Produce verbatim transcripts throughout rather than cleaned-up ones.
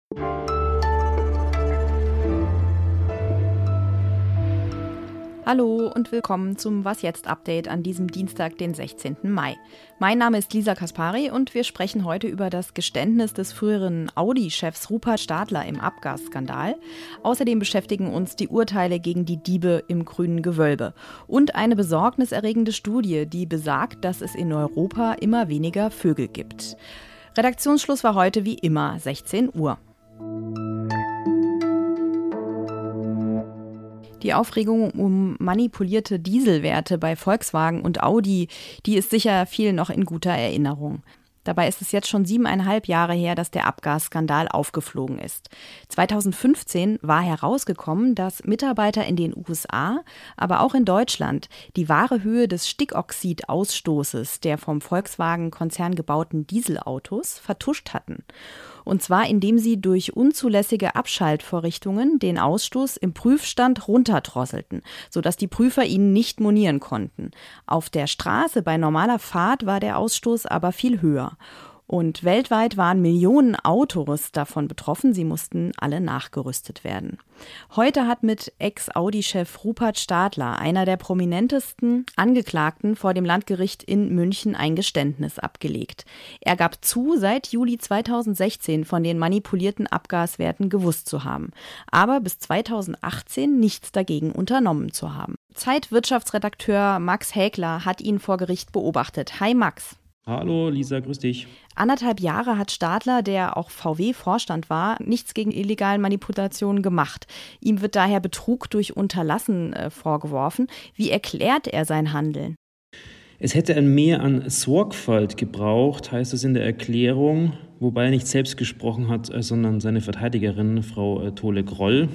Hallo und willkommen zum Was jetzt Update an diesem Dienstag, den sechzehnten Mai. Mein Name ist Lisa Kaspari und wir sprechen heute über das Geständnis des früheren Audi-Chefs Rupert Stadler im Abgasskandal. Außerdem beschäftigen uns die Urteile gegen die Diebe im grünen Gewölbe und eine besorgniserregende Studie, die besagt, dass es in Europa immer weniger Vögel gibt. Redaktionsschluss war heute wie immer sechzehn Uhr. Die Aufregung um manipulierte Dieselwerte bei Volkswagen und Audi, die ist sicher vielen noch in guter Erinnerung. Dabei ist es jetzt schon siebeneinhalb Jahre her, dass der Abgasskandal aufgeflogen ist. zweitausendfünfzehn war herausgekommen, dass Mitarbeiter in den U S A, aber auch in Deutschland, die wahre Höhe des Stickoxidausstoßes der vom Volkswagen-Konzern gebauten Dieselautos vertuscht hatten. Und zwar indem sie durch unzulässige Abschaltvorrichtungen den Ausstoß im Prüfstand runterdrosselten, sodass die Prüfer ihn nicht monieren konnten. Auf der Straße bei normaler Fahrt war der Ausstoß aber viel höher. Und weltweit waren Millionen Autos davon betroffen, sie mussten alle nachgerüstet werden. Heute hat mit Ex-Audi-Chef Rupert Stadler, einer der prominentesten Angeklagten, vor dem Landgericht in München ein Geständnis abgelegt. Er gab zu, seit Juli zweitausendsechzehn von den manipulierten Abgaswerten gewusst zu haben, aber bis zweitausendachtzehn nichts dagegen unternommen zu haben. Zeitwirtschaftsredakteur Max Häkler hat ihn vor Gericht beobachtet. Hi Max. Hallo Lisa, grüß dich. Anderthalb Jahre hat Stadler, der auch V W-Vorstand war, nichts gegen illegalen Manipulationen gemacht. Ihm wird daher Betrug durch Unterlassen äh, vorgeworfen. Wie erklärt er sein Handeln? Es hätte ein Mehr an Sorgfalt gebraucht, heißt es in der Erklärung, wobei er nicht selbst gesprochen hat, sondern seine Verteidigerin, Frau Tole-Groll.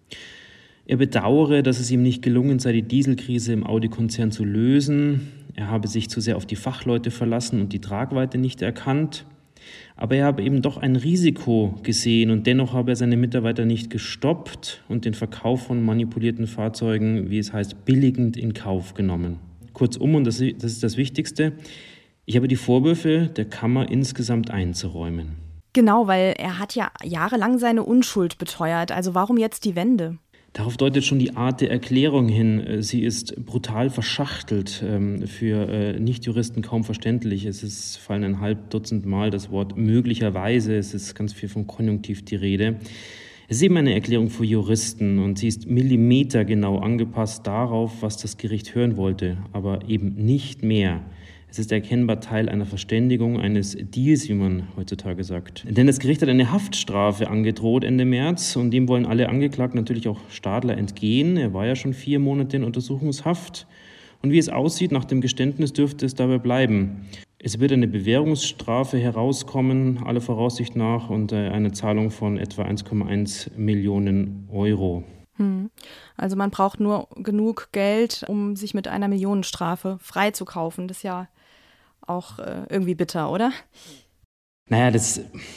Er bedauere, dass es ihm nicht gelungen sei, die Dieselkrise im Audi-Konzern zu lösen. Er habe sich zu sehr auf die Fachleute verlassen und die Tragweite nicht erkannt. Aber er habe eben doch ein Risiko gesehen und dennoch habe er seine Mitarbeiter nicht gestoppt und den Verkauf von manipulierten Fahrzeugen, wie es heißt, billigend in Kauf genommen. Kurzum, und das ist das Wichtigste, ich habe die Vorwürfe der Kammer insgesamt einzuräumen. Genau, weil er hat ja jahrelang seine Unschuld beteuert. Also warum jetzt die Wende? Darauf deutet schon die Art der Erklärung hin. Sie ist brutal verschachtelt, für Nichtjuristen kaum verständlich. Es ist, fallen ein halb Dutzend Mal das Wort möglicherweise, es ist ganz viel vom Konjunktiv die Rede. Es ist eben eine Erklärung für Juristen und sie ist millimetergenau angepasst darauf, was das Gericht hören wollte, aber eben nicht mehr. Es ist erkennbar Teil einer Verständigung, eines Deals, wie man heutzutage sagt. Denn das Gericht hat eine Haftstrafe angedroht Ende März und dem wollen alle Angeklagten, natürlich auch Stadler, entgehen. Er war ja schon vier Monate in Untersuchungshaft. Und wie es aussieht, nach dem Geständnis dürfte es dabei bleiben. Es wird eine Bewährungsstrafe herauskommen, aller Voraussicht nach, und eine Zahlung von etwa eins Komma eins Millionen Euro. Hm. Also man braucht nur genug Geld, um sich mit einer Millionenstrafe freizukaufen. Das ist ja auch äh, irgendwie bitter, oder? Naja, das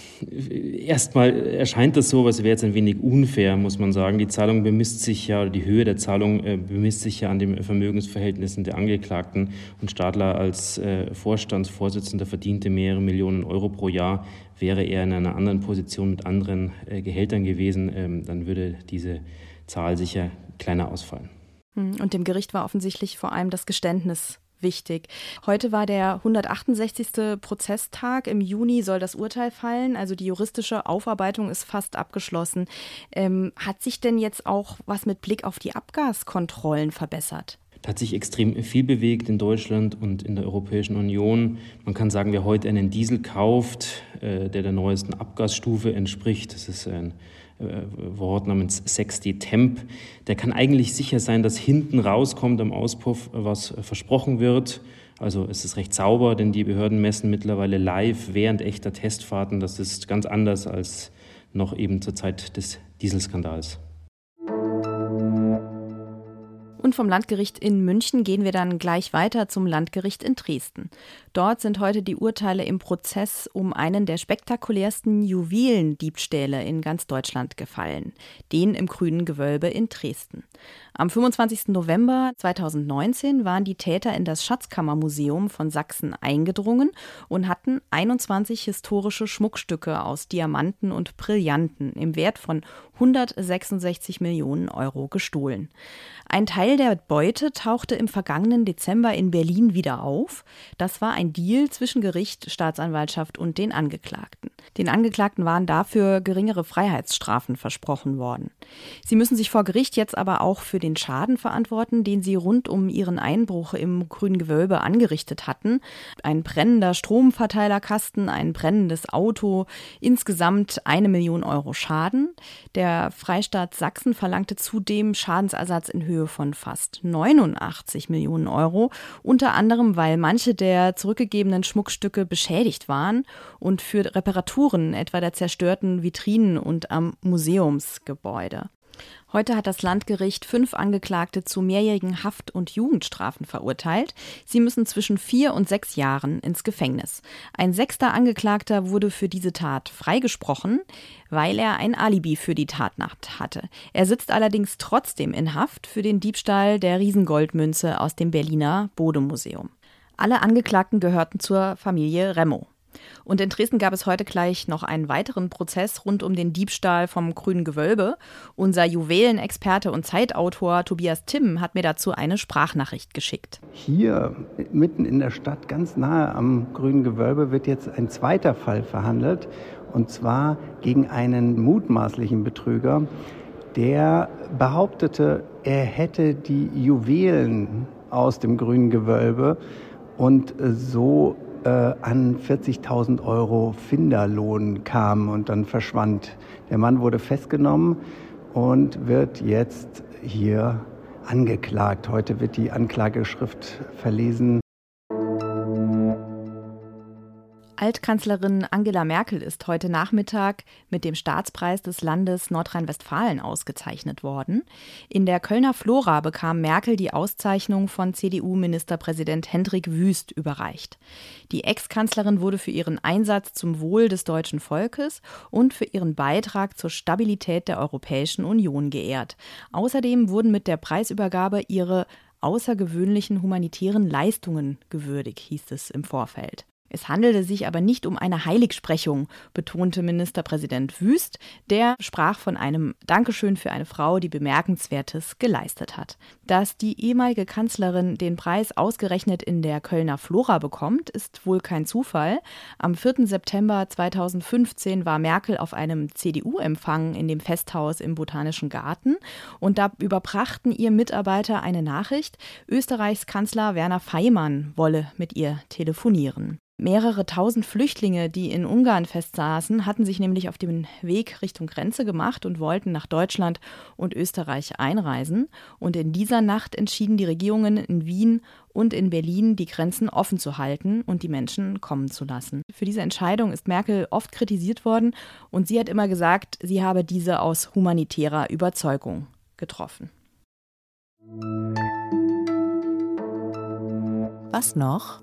erstmal erscheint das so, als wäre jetzt ein wenig unfair, muss man sagen. Die Zahlung bemisst sich ja, die Höhe der Zahlung äh, bemisst sich ja an den Vermögensverhältnissen der Angeklagten. Und Stadler als äh, Vorstandsvorsitzender verdiente mehrere Millionen Euro pro Jahr. Wäre er in einer anderen Position mit anderen äh, Gehältern gewesen, ähm, dann würde diese Zahl sicher kleiner ausfallen. Und dem Gericht war offensichtlich vor allem das Geständnis wichtig. Heute war der hundertachtundsechzigste Prozesstag. Im Juni soll das Urteil fallen. Also die juristische Aufarbeitung ist fast abgeschlossen. Ähm, hat sich denn jetzt auch was mit Blick auf die Abgaskontrollen verbessert? Da hat sich extrem viel bewegt in Deutschland und in der Europäischen Union. Man kann sagen, wer heute einen Diesel kauft, äh, der der neuesten Abgasstufe entspricht, das ist ein Wort namens sechzig Temp, der kann eigentlich sicher sein, dass hinten rauskommt am Auspuff, was versprochen wird. Also es ist recht sauber, denn die Behörden messen mittlerweile live während echter Testfahrten. Das ist ganz anders als noch eben zur Zeit des Dieselskandals. Und vom Landgericht in München gehen wir dann gleich weiter zum Landgericht in Dresden. Dort sind heute die Urteile im Prozess um einen der spektakulärsten Juwelendiebstähle in ganz Deutschland gefallen, den im Grünen Gewölbe in Dresden. Am fünfundzwanzigsten November zweitausendneunzehn waren die Täter in das Schatzkammermuseum von Sachsen eingedrungen und hatten einundzwanzig historische Schmuckstücke aus Diamanten und Brillanten im Wert von hundertsechsundsechzig Millionen Euro gestohlen. Ein Teil der Beute tauchte im vergangenen Dezember in Berlin wieder auf. Das war ein Deal zwischen Gericht, Staatsanwaltschaft und den Angeklagten. Den Angeklagten waren dafür geringere Freiheitsstrafen versprochen worden. Sie müssen sich vor Gericht jetzt aber auch für den Schaden verantworten, den sie rund um ihren Einbruch im Grünen Gewölbe angerichtet hatten. Ein brennender Stromverteilerkasten, ein brennendes Auto, insgesamt eine Million Euro Schaden. Der Freistaat Sachsen verlangte zudem Schadensersatz in Höhe von fast neunundachtzig Millionen Euro, unter anderem, weil manche der zurückgegebenen Schmuckstücke beschädigt waren und für Reparaturen etwa der zerstörten Vitrinen und am Museumsgebäude. Heute hat das Landgericht fünf Angeklagte zu mehrjährigen Haft- und Jugendstrafen verurteilt. Sie müssen zwischen vier und sechs Jahren ins Gefängnis. Ein sechster Angeklagter wurde für diese Tat freigesprochen, weil er ein Alibi für die Tatnacht hatte. Er sitzt allerdings trotzdem in Haft für den Diebstahl der Riesengoldmünze aus dem Berliner Bode-Museum. Alle Angeklagten gehörten zur Familie Remmo. Und in Dresden gab es heute gleich noch einen weiteren Prozess rund um den Diebstahl vom Grünen Gewölbe. Unser Juwelenexperte und Zeitautor Tobias Timm hat mir dazu eine Sprachnachricht geschickt. Hier mitten in der Stadt, ganz nahe am Grünen Gewölbe, wird jetzt ein zweiter Fall verhandelt. Und zwar gegen einen mutmaßlichen Betrüger, der behauptete, er hätte die Juwelen aus dem Grünen Gewölbe und so an vierzigtausend Euro Finderlohn kam und dann verschwand. Der Mann wurde festgenommen und wird jetzt hier angeklagt. Heute wird die Anklageschrift verlesen. Altkanzlerin Angela Merkel ist heute Nachmittag mit dem Staatspreis des Landes Nordrhein-Westfalen ausgezeichnet worden. In der Kölner Flora bekam Merkel die Auszeichnung von C D U-Ministerpräsident Hendrik Wüst überreicht. Die Ex-Kanzlerin wurde für ihren Einsatz zum Wohl des deutschen Volkes und für ihren Beitrag zur Stabilität der Europäischen Union geehrt. Außerdem wurden mit der Preisübergabe ihre außergewöhnlichen humanitären Leistungen gewürdigt, hieß es im Vorfeld. Es handelte sich aber nicht um eine Heiligsprechung, betonte Ministerpräsident Wüst. Der sprach von einem Dankeschön für eine Frau, die Bemerkenswertes geleistet hat. Dass die ehemalige Kanzlerin den Preis ausgerechnet in der Kölner Flora bekommt, ist wohl kein Zufall. Am vierten September zweitausendfünfzehn war Merkel auf einem C D U-Empfang in dem Festhaus im Botanischen Garten und da überbrachten ihr Mitarbeiter eine Nachricht, Österreichs Kanzler Werner Faymann wolle mit ihr telefonieren. Mehrere tausend Flüchtlinge, die in Ungarn festsaßen, hatten sich nämlich auf den Weg Richtung Grenze gemacht und wollten nach Deutschland und Österreich einreisen. Und in dieser Nacht entschieden die Regierungen in Wien und in Berlin, die Grenzen offen zu halten und die Menschen kommen zu lassen. Für diese Entscheidung ist Merkel oft kritisiert worden und sie hat immer gesagt, sie habe diese aus humanitärer Überzeugung getroffen. Was noch?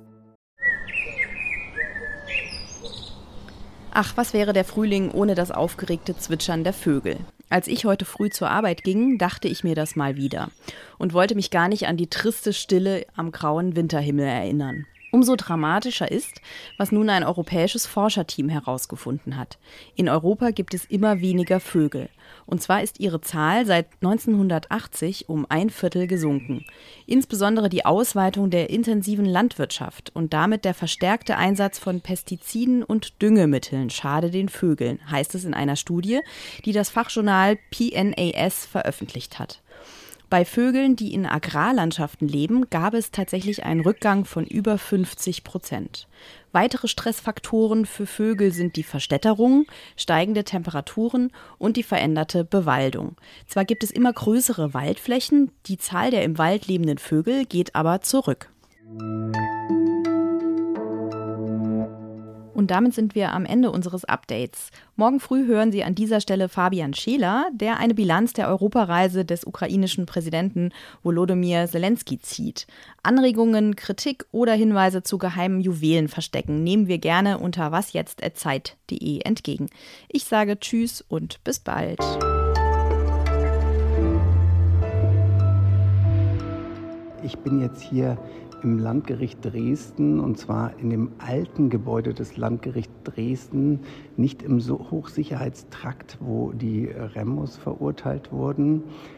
Ach, was wäre der Frühling ohne das aufgeregte Zwitschern der Vögel? Als ich heute früh zur Arbeit ging, dachte ich mir das mal wieder und wollte mich gar nicht an die triste Stille am grauen Winterhimmel erinnern. Umso dramatischer ist, was nun ein europäisches Forscherteam herausgefunden hat. In Europa gibt es immer weniger Vögel. Und zwar ist ihre Zahl seit neunzehnhundertachtzig um ein Viertel gesunken. Insbesondere die Ausweitung der intensiven Landwirtschaft und damit der verstärkte Einsatz von Pestiziden und Düngemitteln schade den Vögeln, heißt es in einer Studie, die das Fachjournal P N A S veröffentlicht hat. Bei Vögeln, die in Agrarlandschaften leben, gab es tatsächlich einen Rückgang von über fünfzig Prozent. Weitere Stressfaktoren für Vögel sind die Verstädterung, steigende Temperaturen und die veränderte Bewaldung. Zwar gibt es immer größere Waldflächen, die Zahl der im Wald lebenden Vögel geht aber zurück. Und damit sind wir am Ende unseres Updates. Morgen früh hören Sie an dieser Stelle Fabian Scheler, der eine Bilanz der Europareise des ukrainischen Präsidenten Volodymyr Zelensky zieht. Anregungen, Kritik oder Hinweise zu geheimen Juwelenverstecken nehmen wir gerne unter wasjetzt at zeit punkt de entgegen. Ich sage Tschüss und bis bald. Ich bin jetzt hier im Landgericht Dresden, und zwar in dem alten Gebäude des Landgerichts Dresden, nicht im so Hochsicherheitstrakt, wo die Remos verurteilt wurden.